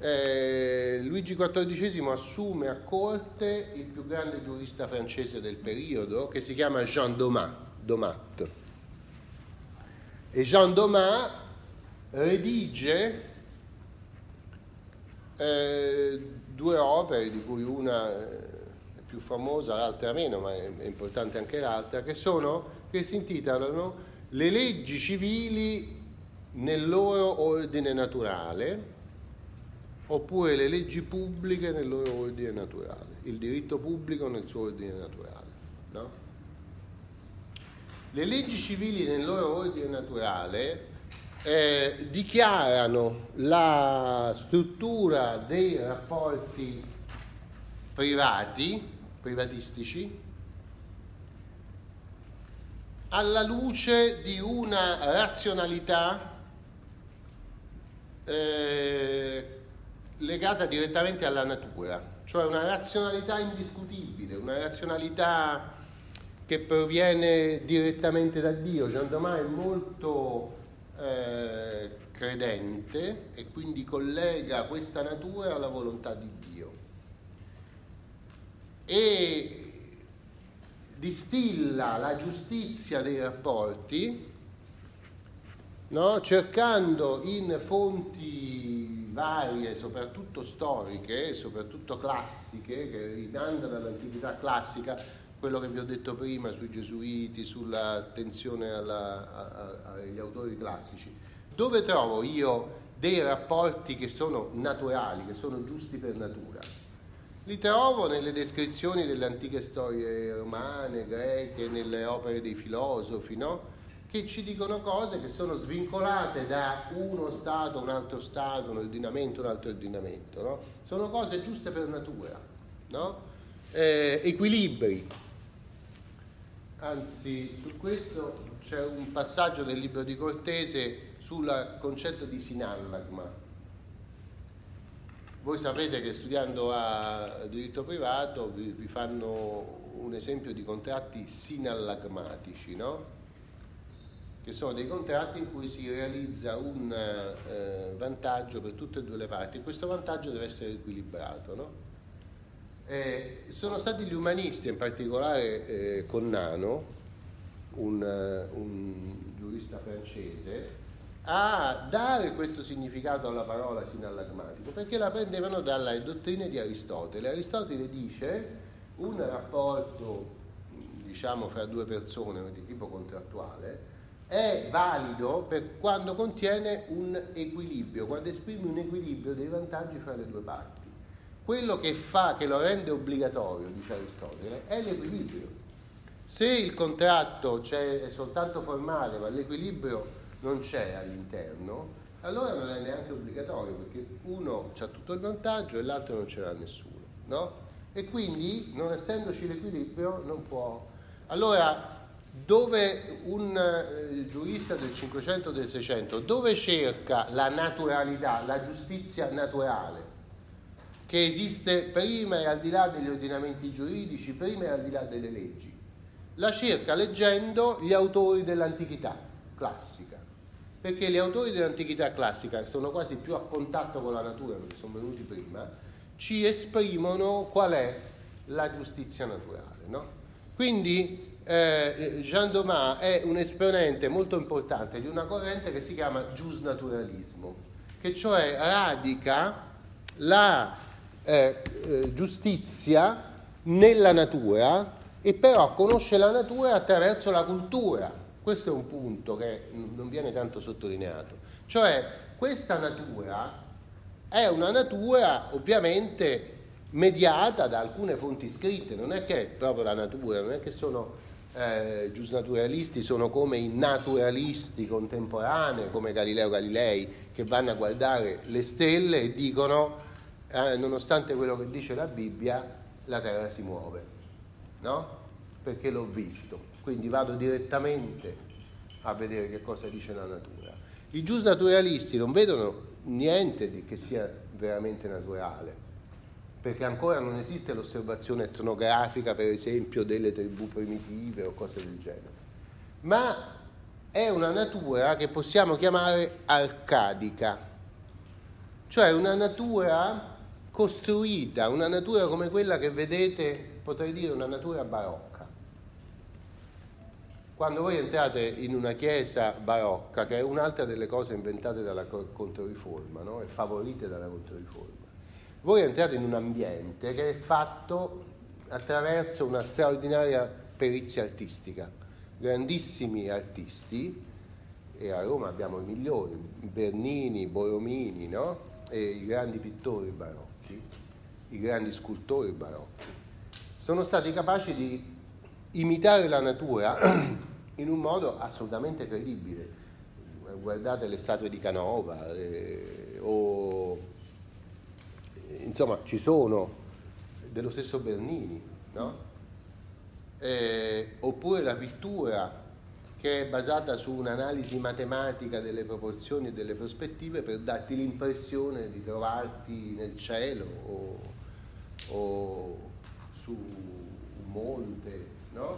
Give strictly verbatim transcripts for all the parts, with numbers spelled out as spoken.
eh, Luigi quattordicesimo assume a corte il più grande giurista francese del periodo, che si chiama Jean Domat, Domat. E Jean Domat redige eh, due opere, di cui una è più famosa, l'altra meno, ma è, è importante anche l'altra, che sono, che si intitolano Le leggi civili nel loro ordine naturale, oppure le leggi pubbliche nel loro ordine naturale, il diritto pubblico nel suo ordine naturale, no? Le leggi civili nel loro ordine naturale eh, dichiarano la struttura dei rapporti privati, privatistici, alla luce di una razionalità eh, legata direttamente alla natura, cioè una razionalità indiscutibile, una razionalità che proviene direttamente da Dio. Jean Domat è molto eh, credente e quindi collega questa natura alla volontà di Dio e distilla la giustizia dei rapporti, no? Cercando in fonti varie, soprattutto storiche, soprattutto classiche, che rimandano all'antichità classica, quello che vi ho detto prima sui gesuiti, sull'attenzione alla, a, a, agli autori classici. Dove trovo io dei rapporti che sono naturali, che sono giusti per natura? Li trovo nelle descrizioni delle antiche storie romane, greche, nelle opere dei filosofi, no? Che ci dicono cose che sono svincolate da uno stato, un altro stato, un ordinamento, un altro ordinamento, no? Sono cose giuste per natura, no? Eh, equilibri. Anzi, su questo c'è un passaggio del libro di Cortese sul concetto di sinallagma. Voi sapete che studiando a diritto privato vi, vi fanno un esempio di contratti sinallagmatici, no? Che sono dei contratti in cui si realizza un eh, vantaggio per tutte e due le parti, e questo vantaggio deve essere equilibrato, no? Eh, sono stati gli umanisti, in particolare eh, Connano, un, uh, un giurista francese, a dare questo significato alla parola sinallagmatico, perché la prendevano dalle dottrine di Aristotele. Aristotele dice un rapporto, diciamo, fra due persone di tipo contrattuale è valido per quando contiene un equilibrio, quando esprime un equilibrio dei vantaggi fra le due parti. Quello che fa, che lo rende obbligatorio, dice Aristotele, è l'equilibrio. Se il contratto c'è, è soltanto formale, ma l'equilibrio non c'è all'interno, allora non è neanche obbligatorio, perché uno ha tutto il vantaggio e l'altro non ce l'ha nessuno, no? E quindi, non essendoci l'equilibrio, non può. Allora, dove un eh, giurista del Cinquecento o del Seicento, dove cerca la naturalità, la giustizia naturale, che esiste prima e al di là degli ordinamenti giuridici, prima e al di là delle leggi, la cerca leggendo gli autori dell'antichità classica, perché gli autori dell'antichità classica, che sono quasi più a contatto con la natura perché sono venuti prima, ci esprimono qual è la giustizia naturale, no? Quindi eh, Jean Domat è un esponente molto importante di una corrente che si chiama giusnaturalismo, che cioè radica la eh, eh, giustizia nella natura, e però conosce la natura attraverso la cultura. Questo è un punto che non viene tanto sottolineato. Cioè, questa natura è una natura ovviamente mediata da alcune fonti scritte, non è che è proprio la natura, non è che sono eh, giusnaturalisti, sono come i naturalisti contemporanei, come Galileo Galilei, che vanno a guardare le stelle e dicono, eh, nonostante quello che dice la Bibbia, la terra si muove, no? Perché l'ho visto. Quindi vado direttamente a vedere che cosa dice la natura. I giusnaturalisti non vedono niente di che sia veramente naturale, perché ancora non esiste l'osservazione etnografica, per esempio, delle tribù primitive o cose del genere. Ma è una natura che possiamo chiamare arcadica. cioè una natura costruita, una natura come quella che vedete, potrei dire una natura barocca. Quando voi entrate in una chiesa barocca, che è un'altra delle cose inventate dalla Controriforma, no? E favorite dalla Controriforma, voi entrate in un ambiente che è fatto attraverso una straordinaria perizia artistica, grandissimi artisti, e a Roma abbiamo i migliori, Bernini, Borromini, no? E i grandi pittori barocchi, i grandi scultori barocchi, sono stati capaci di imitare la natura in un modo assolutamente credibile. Guardate le statue di Canova, eh, o insomma ci sono, dello stesso Bernini, no? Eh, oppure la pittura, che è basata su un'analisi matematica delle proporzioni e delle prospettive per darti l'impressione di trovarti nel cielo o, o su un monte, no?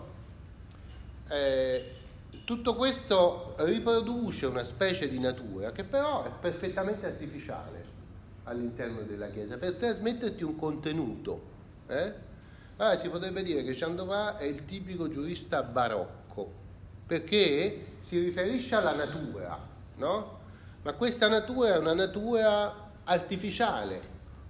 Eh, tutto questo riproduce una specie di natura che però è perfettamente artificiale all'interno della Chiesa per trasmetterti un contenuto. Eh? Allora si potrebbe dire che Chandovà è il tipico giurista barocco, perché si riferisce alla natura, no? Ma questa natura è una natura artificiale,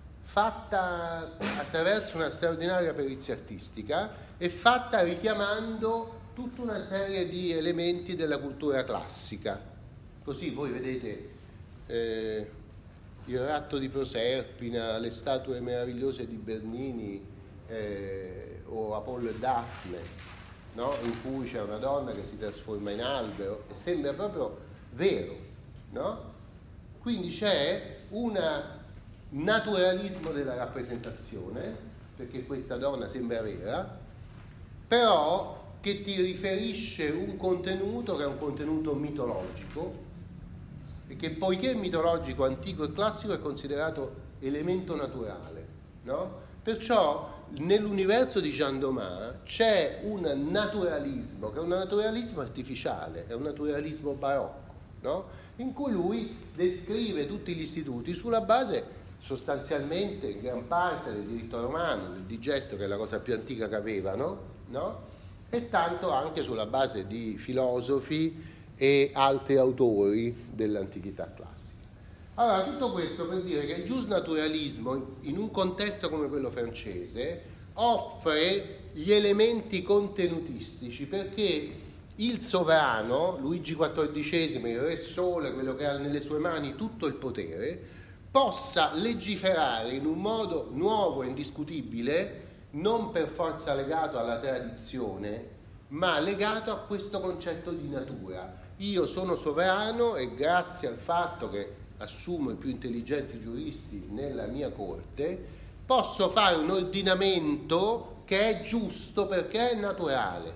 fatta attraverso una straordinaria perizia artistica e fatta richiamando tutta una serie di elementi della cultura classica. Così voi vedete eh, il ratto di Proserpina, le statue meravigliose di Bernini eh, o Apollo e Daphne, no? In cui c'è una donna che si trasforma in albero e sembra proprio vero, no? Quindi c'è un naturalismo della rappresentazione, perché questa donna sembra vera, però che ti riferisce un contenuto che è un contenuto mitologico e che, poiché è mitologico, antico e classico, è considerato elemento naturale, no? Perciò nell'universo di Jean Domas c'è un naturalismo che è un naturalismo artificiale, è un naturalismo barocco, no? In cui lui descrive tutti gli istituti sulla base sostanzialmente in gran parte del diritto romano, del digesto, che è la cosa più antica che avevano, no? E tanto anche sulla base di filosofi e altri autori dell'antichità classica. Allora, tutto questo per dire che il giusnaturalismo, in un contesto come quello francese, offre gli elementi contenutistici perché il sovrano, Luigi quattordicesimo, il re sole, quello che ha nelle sue mani tutto il potere, possa legiferare in un modo nuovo e indiscutibile, non per forza legato alla tradizione, ma legato a questo concetto di natura. Io sono sovrano e grazie al fatto che assumo i più intelligenti giuristi nella mia corte, posso fare un ordinamento che è giusto perché è naturale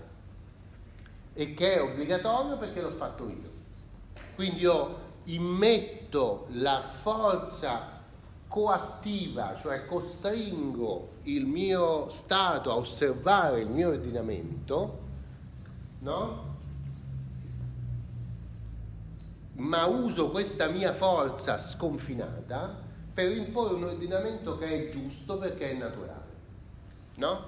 e che è obbligatorio perché l'ho fatto io. Quindi io immetto la forza coattiva, cioè costringo il mio Stato a osservare il mio ordinamento, no? Ma uso questa mia forza sconfinata per imporre un ordinamento che è giusto perché è naturale, no?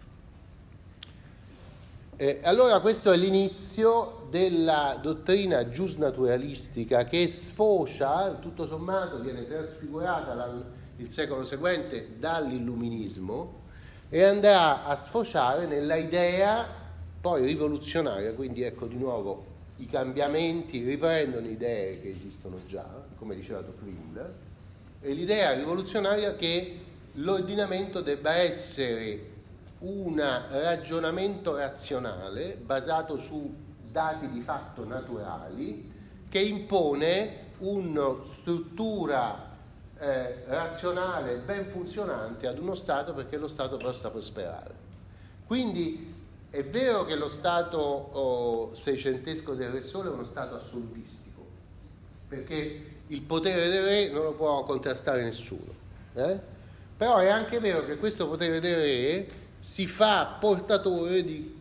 Eh, allora questo è l'inizio della dottrina giusnaturalistica che sfocia, tutto sommato viene trasfigurata dal, il secolo seguente dall'illuminismo e andrà a sfociare nella idea poi rivoluzionaria, quindi ecco di nuovo i cambiamenti riprendono idee che esistono già, come diceva Tocqueville, e l'idea rivoluzionaria che l'ordinamento debba essere un ragionamento razionale basato su dati di fatto naturali che impone una struttura eh, razionale ben funzionante ad uno Stato perché lo Stato possa prosperare. Quindi è vero che lo Stato oh, seicentesco del Re Sole è uno Stato assolutistico, perché il potere del re non lo può contrastare nessuno, eh? Però è anche vero che questo potere del re si fa portatore di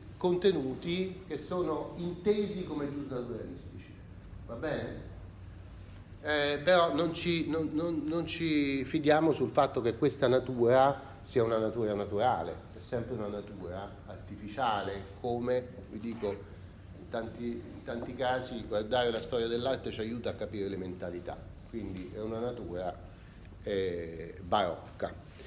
contenuti che sono intesi come giusnaturalistici, va bene? Eh, però non ci, non, non, non ci fidiamo sul fatto che questa natura sia una natura naturale, è sempre una natura artificiale, come vi dico, in tanti, in tanti casi guardare la storia dell'arte ci aiuta a capire le mentalità, quindi è una natura eh, barocca.